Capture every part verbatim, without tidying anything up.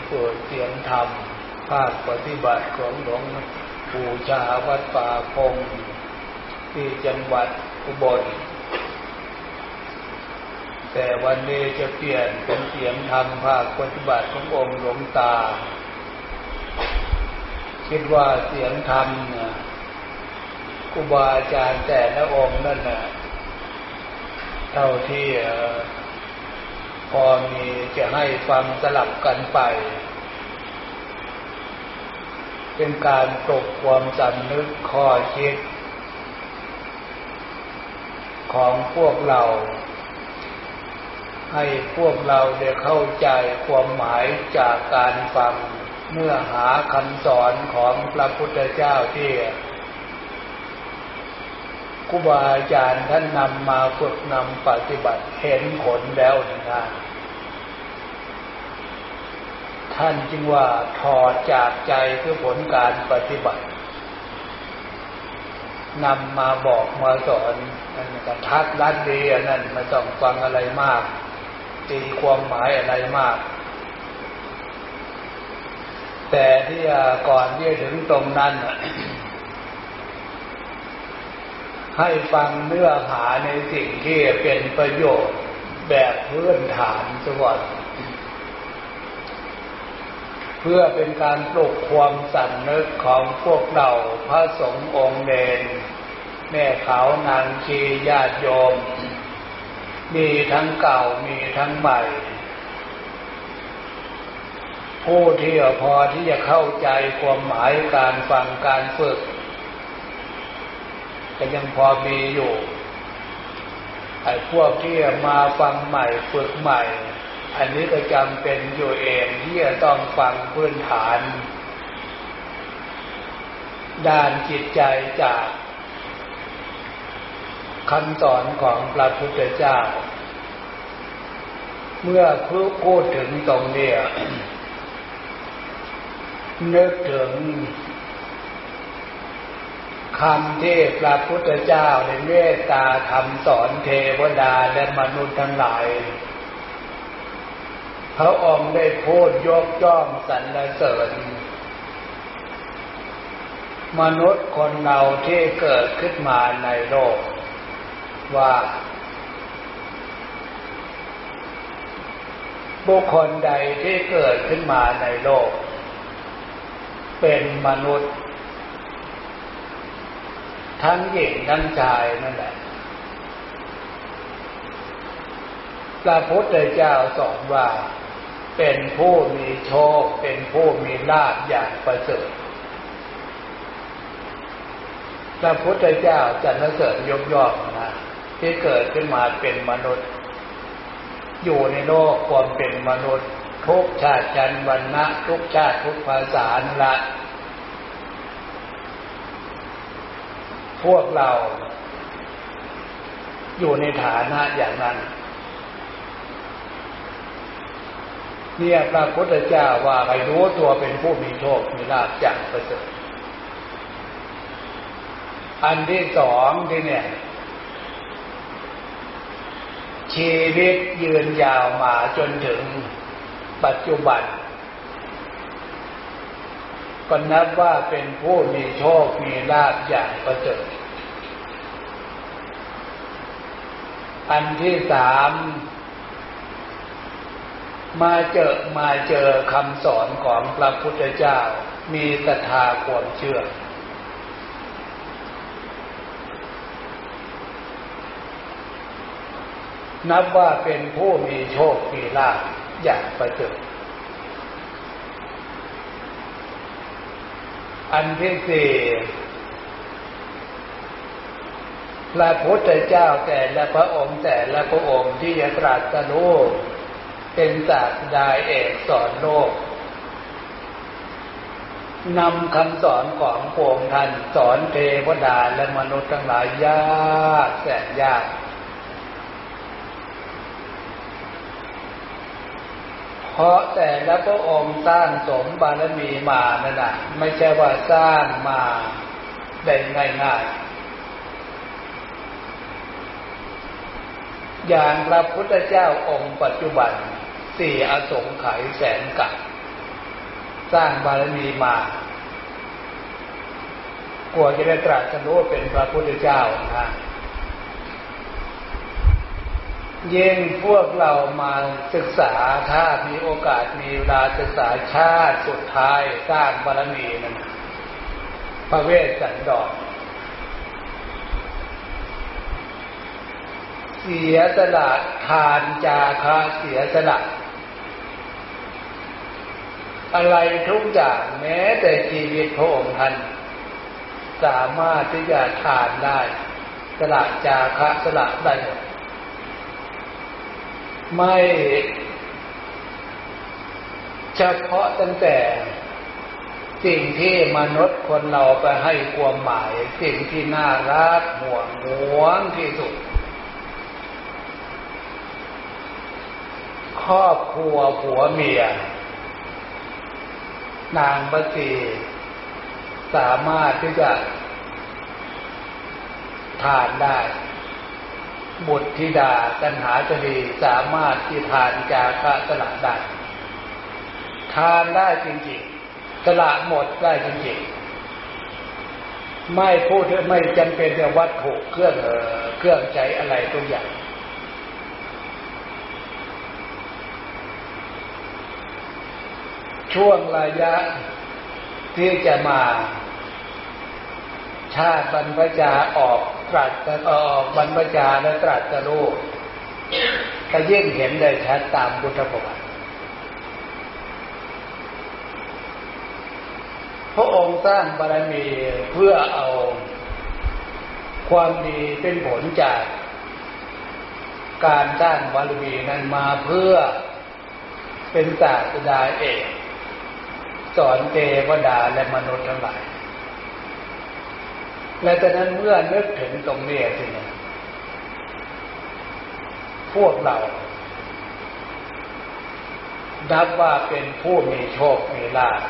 เปิดเสียงธรรมภาคปฏิบัติของหลวงปู่ชาวัดป่าพงที่จังหวัดอุบลแต่วันนี้จะเปลี่ยนเป็นเสียงธรรมภาคปฏิบัติขององค์หลวงตาคิดว่าเสียงธรรมเนี่ยครูบาอาจารย์แต่ละองค์นั่นน่ะเท่าที่พอมีจะให้ฟังสลับกันไปเป็นการปลุกความสำนึกข้อคิดของพวกเราให้พวกเราได้เข้าใจความหมายจากการฟังเนื้อหาคำสอนของพระพุทธเจ้าที่ครูบาอาจารย์ท่านนำมาฝึกนำปฏิบัติเห็นผลแล้วนะท่านจึงว่าถอดจากใจคือผลการปฏิบัตินำมาบอกมาสอนนั่นก็ทัดลัดดีอันนั้นไม่ต้องฟังอะไรมากตีความหมายอะไรมากแต่ที่ก่อนที่จะถึงตรงนั้นให้ฟังเนื้อหาในสิ่งที่เป็นประโยชน์แบบพื้นฐานซะก่อนเพื่อเป็นการปลุกความสำนึกของพวกเราพระสงฆ์องค์เณรแม่ขาวนางชีญาติโยมมีทั้งเก่ามีทั้งใหม่ผู้ที่พอที่จะเข้าใจความหมายการฟังการฝึกก็ยังพอมีอยู่ไอ้พวกที่มาฟังใหม่ฝึกใหม่อันนี้ก็จำเป็นอยู่เองที่จะต้องฟังพื้นฐานด้านจิตใจจากคำสอนของพระพุทธเจ้าเมื่อพูดถึงตรงนี้นึกถึงคำที่พระพุทธเจ้าได้เมตตาคำสอนเทวดาและมนุษย์ทั้งหลายพระองค์ได้พูดยกย่องสรรเสริญมนุษย์คนเราที่เกิดขึ้นมาในโลกว่าบุคคลใดที่เกิดขึ้นมาในโลกเป็นมนุษย์ทั้งหญิงทั้งชายนั่นแหละพระพุทธเจ้าสอนว่าเป็นผู้มีโชคเป็นผู้มีลาภอย่างประเสริฐพระพุทธเจ้าสรรเสริญยกย่องนะที่เกิดขึ้นมาเป็นมนุษย์อยู่ในโลกความเป็นมนุษย์ทุกชาติชั้นวรรณะทุกชาติทุกภาษาละพวกเราอยู่ในฐานะอย่างนั้นเนี่ยพระพุทธเจ้าว่าให้รู้ตัวเป็นผู้มีโชคมีลาภอย่างประเสริฐอันที่สองที่เนี่ยชีวิตยืนยาวมาจนถึงปัจจุบันก็นับว่าเป็นผู้มีโชคมีลาภอย่างประเสริฐอันที่สามมาเจอมาเจอคำสอนของพระพุทธเจ้ามีศรัทธาความเชื่อนับว่าเป็นผู้มีโชคมีลาภอย่างประเสริฐอันที่สี่พระพุทธเจ้าแต่ละพระองค์แต่ละพระองค์ที่จะตรัสรู้เป็นศาสดาเอกสอนโลกนำคำสอนของพระองค์ท่านสอนเทวดาและมนุษย์ทั้งหลายยากแสนยากเพราะแต่ละพระองค์สร้างสมบารมีมานั่นน่ะไม่ใช่ว่าสร้างมาได้ง่ายๆอย่างพระพุทธเจ้าองค์ปัจจุบันสี่อสงไขยแสนกับสร้างบารมีมากว่าจะได้ตรัสรู้เป็นพระพุทธเจ้านะยิ่งพวกเรามาศึกษาถ้ามีโอกาสมีเวลาศึกษาชาติสุดท้ายสร้างบารมีนั้นพระเวสสันดรเสียสละทานจาคะเสียสละอะไรทุกอย่างแม้แต่ชีวิตพระองค์ท่านสามารถที่จะทานได้สละจาคะสละได้ไม่เฉพาะตั้งแต่สิ่งที่มนุษย์คนเราไปให้ความหมายสิ่งที่น่ารักห่วงหวงที่สุดครอบครัวผัวเมียนางปฏิสามารถที่จะทานได้บุตรธิดากันหาจรีสามารถที่ทานจาคะสละได้ทานได้จริงๆสละหมดได้จริงๆไม่พูดไม่จำเป็นจะวัตถุเครื่องเอ่อเครื่องใจอะไรทุกอย่างช่วงระยะที่จะมาชาติบรรพชาออกตรัสออกบรรพชาและตรัสรู้ก็ยิ่งเห็นได้ชัดตามพุทธประวัติพระองค์สร้างบารมีเพื่อเอาความดีเป็นผลจากการสร้างบารมีนั้นมาเพื่อเป็นศาสดาเอกสอนเทวดาและมนุษย์ทั้งหลายและจากนั้นเมื่อนึกถึงตรงนี้สิเนี่ยพวกเรานับว่าเป็นผู้มีโชคมีลาภ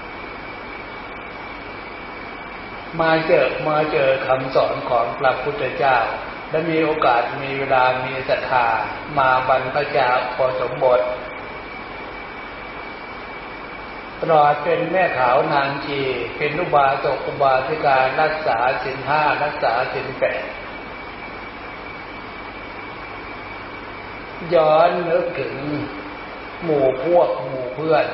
มาเจอมาเจอคำสอนของพระพุทธเจ้าและมีโอกาสมีเวลามีศรัทธามาบรรพชาพอสมบทตลอดเป็นแม่ขาวนางชีเป็นอุบาสกอุบาสิการักษาศีลห้ารักษาศีลแปดย้อนนึกถึงหมู่พวกหมู่เพื่อน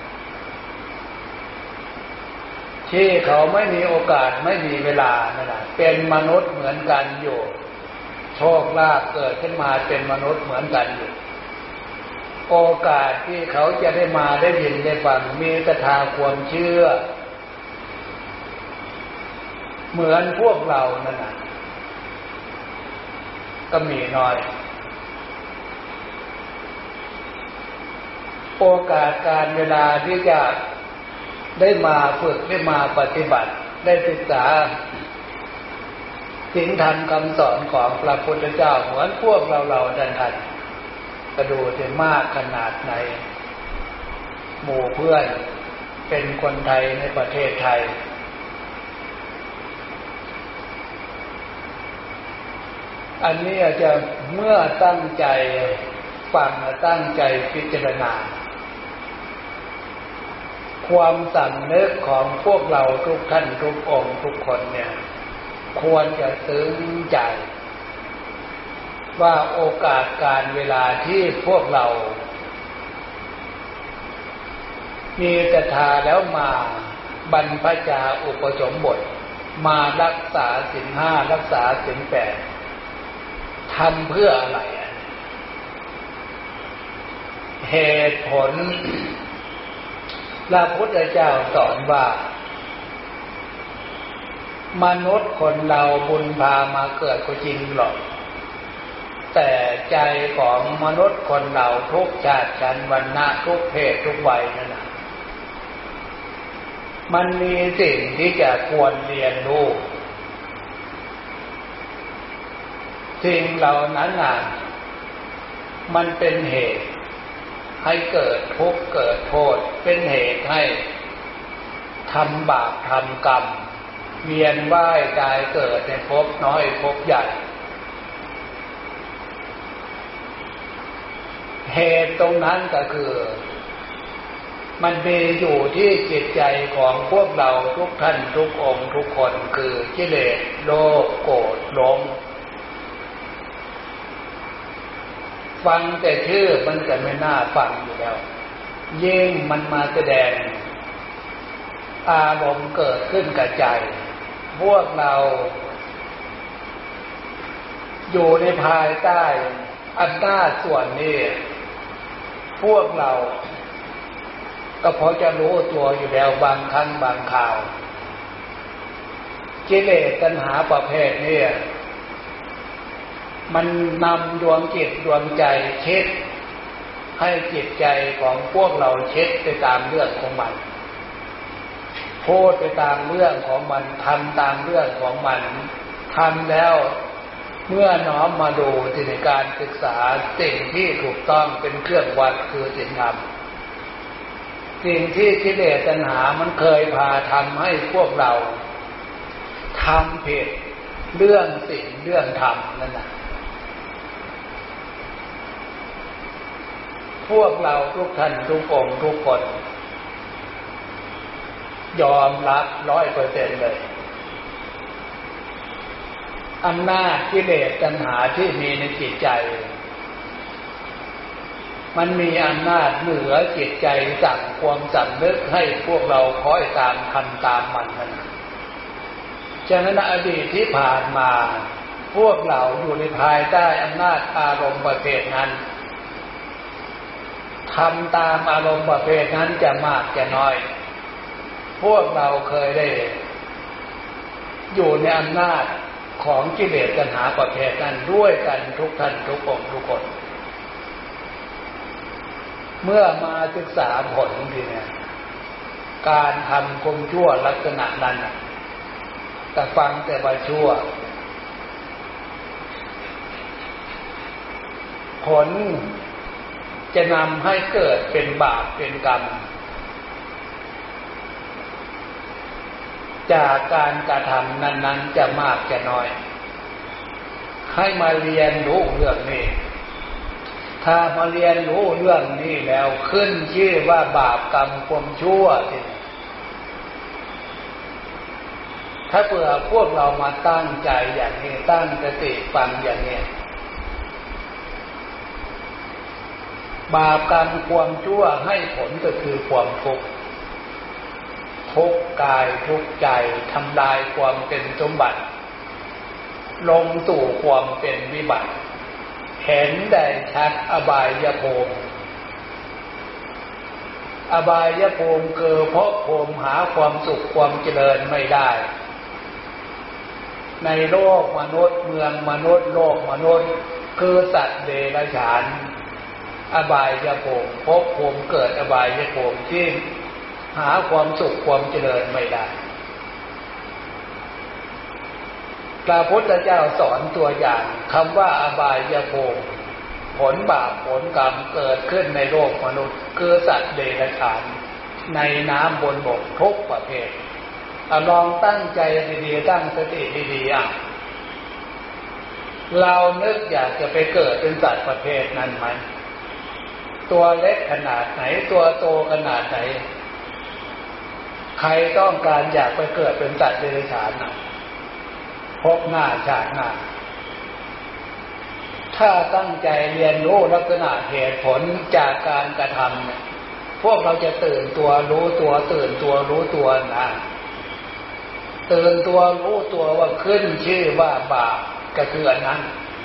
ที่เขาไม่มีโอกาสไม่มีเวลานั่นแหละเป็นมนุษย์เหมือนกันอยู่โชคลาภเกิดขึ้นมาเป็นมนุษย์เหมือนกันอยู่โอกาสที่เขาจะได้มาได้ยินได้ฟังมีศรัทธาความเชื่อเหมือนพวกเรานั่นน่ะก็มีน้อยโอกาสการเวลาที่จะได้มาฝึกได้มาปฏิบัติได้ศึกษาศีลธรรมคำสอนของพระพุทธเจ้าเหมือนพวกเราเราท่านท่านกระดูกมากขนาดไหนหมู่เพื่อนเป็นคนไทยในประเทศไทยอันนี้อาจจะเมื่อตั้งใจฟังตั้งใจพิจารณาความสำนึกของพวกเราทุกท่านทุกองค์ทุกคนเนี่ยควรจะซึ้งใจว่าโอกาสการเวลาที่พวกเรามีศรัทธาแล้วมาบรรพชาอุปสมบทมารักษาศีลห้ารักษาศีลแปดทำเพื่ออะไรเหตุผลพระพุทธเจ้าสอนว่ามนุษย์คนเราบุญพามาเกิดก็จริงหรอกแต่ใจของมนุษย์คนเราทุกชาติชั้นวรรณะทุกเพศทุกวัยนั่นน่ะมันมีสิ่งที่จะควรเรียนรู้สิ่งเหล่านั้นน่ะมันเป็นเหตุให้เกิดทุกข์เกิดโทษเป็นเหตุให้ทำบาปทำกรรมเวียนว่ายตายเกิดในภพน้อยภพใหญ่เหตุตรงนั้นก็คือมันมีอยู่ที่จิตใจของพวกเราทุกท่านทุกองค์ทุกคนคือกิเลสโลภโกรธหลงฟังแต่ชื่อมันก็ไม่น่าฟังอยู่แล้วยิ่งมันมาแสดงอารมณ์เกิดขึ้นกับใจพวกเราอยู่ในภายใต้อำนาจส่วนนี้พวกเราก็พอจะรู้ตัวอยู่แล้วบางครั้งบางคราวกิเลสตัณหาประเภทนี้มันนำดวงจิตดวงใจเช็ดให้จิตใจของพวกเราเช็ดไปตามเรื่องของมันพูดไปตามเรื่องของมันทำตามเรื่องของมันทำแล้วเมื่อน้อมมาดูในการศึกษาสิ่งที่ถูกต้องเป็นเครื่องวัดคือศีลธรรมสิ่งที่กิเลสตัณหามันเคยพาทำให้พวกเราทำผิดเรื่องศีลเรื่องธรรมนั่นน่ะพวกเราทุกท่านทุกองค์ทุกคนยอมรับร้อยเปอร์เซ็นต์เลยอำนาจกิเลสตัณหาที่มีในจิตใจมันมีอำนาจเหนือจิตใจสั่งความสำนึกให้พวกเราคอยตามทำตามมันนั่นฉะนั้นอดีตที่ผ่านมาพวกเราอยู่ในภายใต้อำนาจอารมณ์ประเภทนั้นทำตามอารมณ์ประเภทนั้นจะมากจะน้อยพวกเราเคยได้อยู่ในอำนาจของกิเลสตัณหาประเภทนั้นด้วยกันทุกท่านทุกองค์ทุกคนเมื่อมาศึกษาผลทีเนี่ยการทำความชั่วลักษณะนั้นแต่ฟังแต่ว่าชั่วผลจะนำให้เกิดเป็นบาปเป็นกรรมจากการกระทำนั้นๆจะมากจะน้อยให้มาเรียนรู้เรื่องนี้ถ้ามาเรียนรู้เรื่องนี้แล้วขึ้นชื่อว่าบาปกรรมความชั่วสิถ้าเผื่อพวกเรามาตั้งใจอย่างนี้ตั้งสติฟังอย่างนี้บาปกรรมความชั่วให้ผลก็คือความทุกข์ทุกข์กายทุกข์ใจทำลายความเป็นสมบัติลงสู่ความเป็นวิบัติเห็นได้ชัดอบายภูมิอบายภูมิคือภพภูมิหาความสุขความเจริญไม่ได้ในโลกมนุษย์เมืองมนุษย์โลกมนุษย์คือสัตว์เดรัจฉานอบายภูมิภพภูมิเกิดอบายภูมิที่หาความสุขความเจริญไม่ได้พระพุทธเจ้าสอนตัวอย่างคำว่าอบายภูมิผลบาปผลกรรมเกิดขึ้นในโลกมนุษย์คือสัตว์เดรัจฉานในน้ำบนบกทุกประเภทเอาลองตั้งใจดีๆตั้งสติดีๆอ่ะเรานึกอยากจะไปเกิดเป็นสัตว์ประเภทนั้นไหมตัวเล็กขนาดไหนตัวโตขนาดไหนใครต้องการอยากไปเกิดเป็นสัตว์เดรัจฉานน่ะพบหน้าชาติหน้าถ้าตั้งใจเรียนรู้ลักษณะเหตุผลจากการกระทำเนี่ยพวกเราจะตื่นตัวรู้ตัวตื่นตัวรู้ตัวนะตื่นตัวรู้ตัวว่าขึ้นชื่อว่าบาปก็คืออันนั้น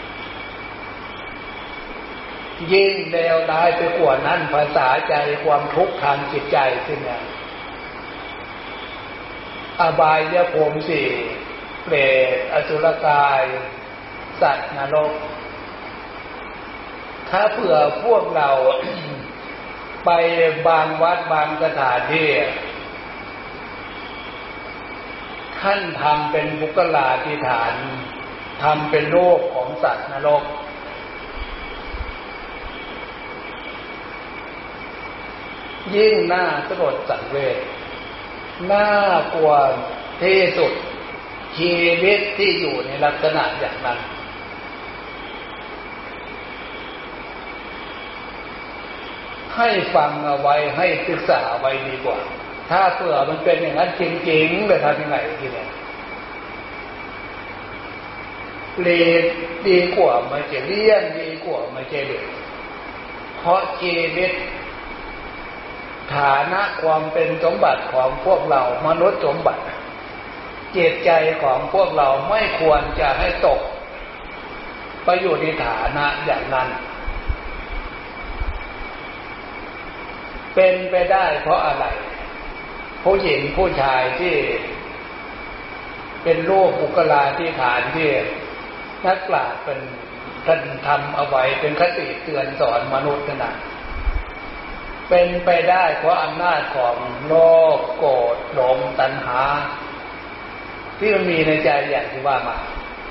ยิ่งเลวร้ายไปกว่านั้นภาษาใจความทุกข์ทางจิตใจขึ้นเนี่ยอบายภูมิสี่เปรตอสุรกายสัตว์นรกถ้าเผื่อพวกเรา ไปบางวัดบางสถานที่ท่านทำเป็นบุคลาธิฐานทำเป็นโลกของสัตว์นรกยิ่งน่าสลดสังเวชน่ากลัวที่สุดชีวิตที่อยู่ในลักษณะอย่างนั้นให้ฟังเอาไว้ให้ศึกษาไว้ดีกว่าถ้าเผื่อมันเป็นอย่างนั้นจริงๆเลยทำยังไงทีเนี้ยเรียนดีกว่าไม่จะเรียนดีกว่าไม่จะเรียนเพราะชีวิตฐานะความเป็นสมบัติของพวกเรามนุษย์สมบัติจิตใจของพวกเราไม่ควรจะให้ตกไปอยู่ในฐานะอย่างนั้นเป็นไปได้เพราะอะไรผู้หญิงผู้ชายที่เป็นรูปบุคลาธิฐานที่นักปราชญ์เป็นท่านทำเอาไว้เป็นคติเตือนสอนมนุษย์นะเป็นไปได้เพราะอำนาจของโลภโกรธหลงตัณหาที่มันมีในใจอย่างที่ว่ามา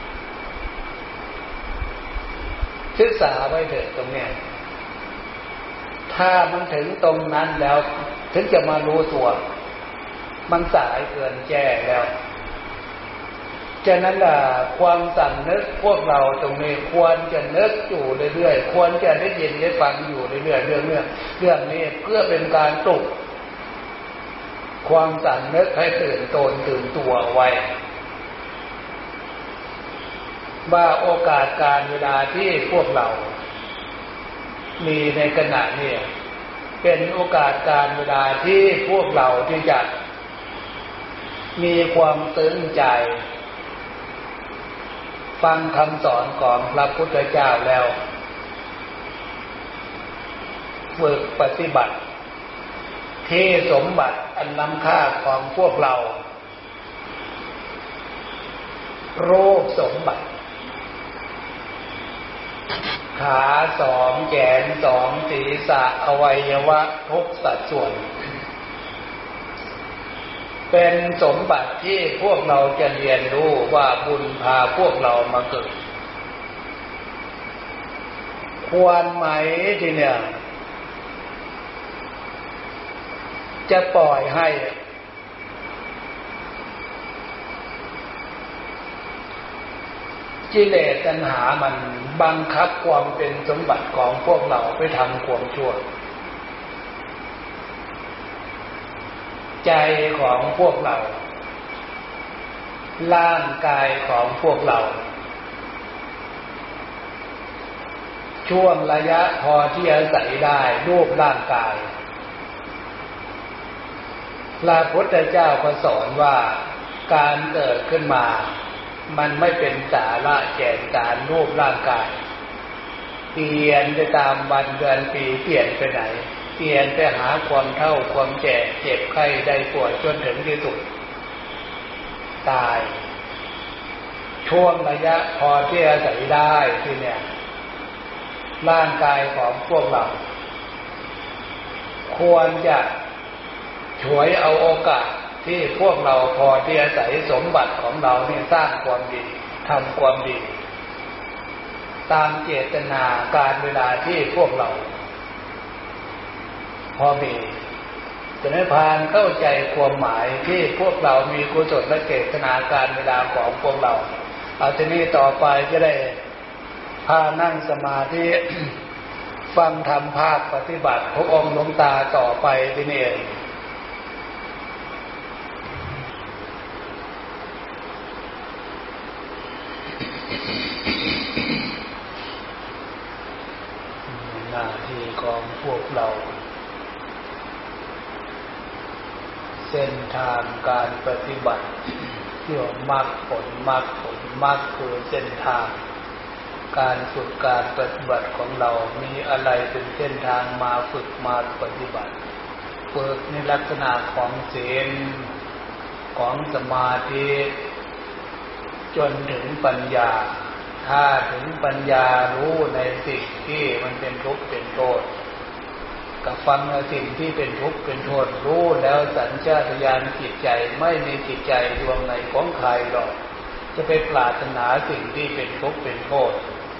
ศึกษาไว้เถิดตรงนี้ถ้ามันถึงตรงนั้นแล้วถึงจะมารู้ตัวมันสายเกินแก้แล้วฉะนั้นล่ะความสำนึกพวกเราตรงนี้ควรจะนึกอยู่เรื่อยๆควรจะได้ยินได้ฟังอยู่เรื่อยๆเรื่องเรื่องเรื่องนี้เพื่อเป็นการปลุกความสำนึกให้ตื่นตนตื่นตัวไว้ว่าโอกาสการเวลาที่พวกเรามีในขณะนี้เป็นโอกาสการเวลาที่พวกเราที่จะมีความตื่นใจฟังคำสอนของพระพุทธเจ้าแล้วฝึกปฏิบัติที่สมบัติอันล้ำค่าของพวกเรารูปสมบัติขาสองแขนสองศีรษะอวัยวะทุกสัดส่วนเป็นสมบัติที่พวกเราจะเรียนรู้ว่าบุญพาพวกเรามาเกิดควรไหมทีเนี่ยจะปล่อยให้กิเลสตัณหามันบังคับความเป็นสมบัติของพวกเราไปทำความชั่วใจของพวกเราร่างกายของพวกเราช่วงระยะพอที่อาศัยได้รูปร่างกายพระพุทธเจ้าก็สอนว่าการเกิดขึ้นมามันไม่เป็นสาระแก่นสารรูปร่างกายเปลี่ยนไปตามวันเดือนปีเปลี่ยนไปไหนเปลี่ยนไปหาความเฒ่าความแก่เจ็บไข้ได้ป่วยจนถึงที่สุดตายช่วงระยะพอที่อาศัยได้ที่เนี่ยร่างกายของพวกเราควรจะฉวยเอาโอกาสที่พวกเราพอที่อาศัยสมบัติของเราเนี่ยสร้างความดีทำความดีตามเจตนาการเวลาที่พวกเราพอมีจะได้พานเข้าใจความหมายที่พวกเรามีกุศลและเจตนาการเวลาของพวกเราเอาทีนี้ต่อไปจะได้พานั่งสมาธิ ฟังธรรมภาคปฏิบัติพระองค์หลวงตาต่อไปที่นี่หน้าที่ของพวกเราเส้นทางการปฏิบัติเกี่ยวมรรคผลมรรคผลมรรคคือเส้นทางการฝึกการปฏิบัติของเรามีอะไรเป็นเส้นทางมาฝึกมาปฏิบัติฝึกในลักษณะของศีลของสมาธิจนถึงปัญญาถ้าถึงปัญญารู้ในสิ่งที่มันเป็นทุกข์เป็นโทษกับฟังในสิ่งที่เป็นทุกข์เป็นโทษรู้แล้วสัญชาตญาณจิตใจไม่มีจิตใจดวงในของใครหรอกจะไปปรารถนาสิ่งที่เป็นทุกข์เป็นโทษ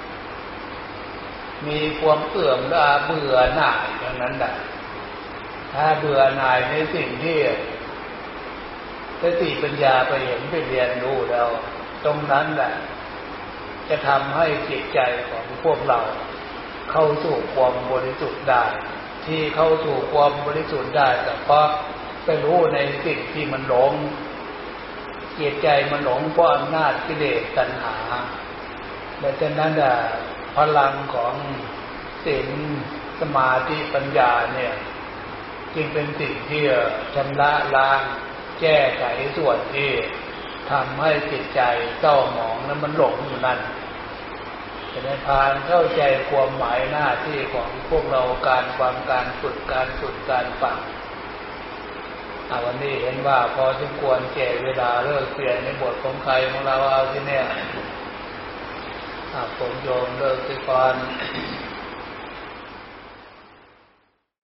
มีความเอื่อมละอาเบื่อหน่ายอย่างนั้นแหละถ้าเบื่อหน่ายในสิ่งที่สติปัญญาไปเห็นไปเรียนรู้แล้วตรงนั้นแหละจะทำให้จิตใจของพวกเราเข้าสู่ความบริสุทธิ์ได้ที่เข้าสู่ความบริสุทธิ์ได้แต่เพราะไปรู้ในสิ่งที่มันหลงจิตใจมันหลงเพราะอำนาจกิเลสตัณหาดังนั้นน่ะพลังของศีลสมาธิปัญญาเนี่ยจึงเป็นสิ่งที่ชำระล้างแก้ไขส่วนที่ทำให้จิตใจเศร้าหมองนั้นมันหลงอยู่นั่นจะได้พานเข้าใจความหมายหน้าที่ของพวกเราการฟังการฝึกการฝึกการฟังวันนี้เห็นว่าพอสมควรแก่เวลาเลิกเปลี่ยนในบทของใครของเราเอาที่เนี่ยผมโยมเลิกไปก่อน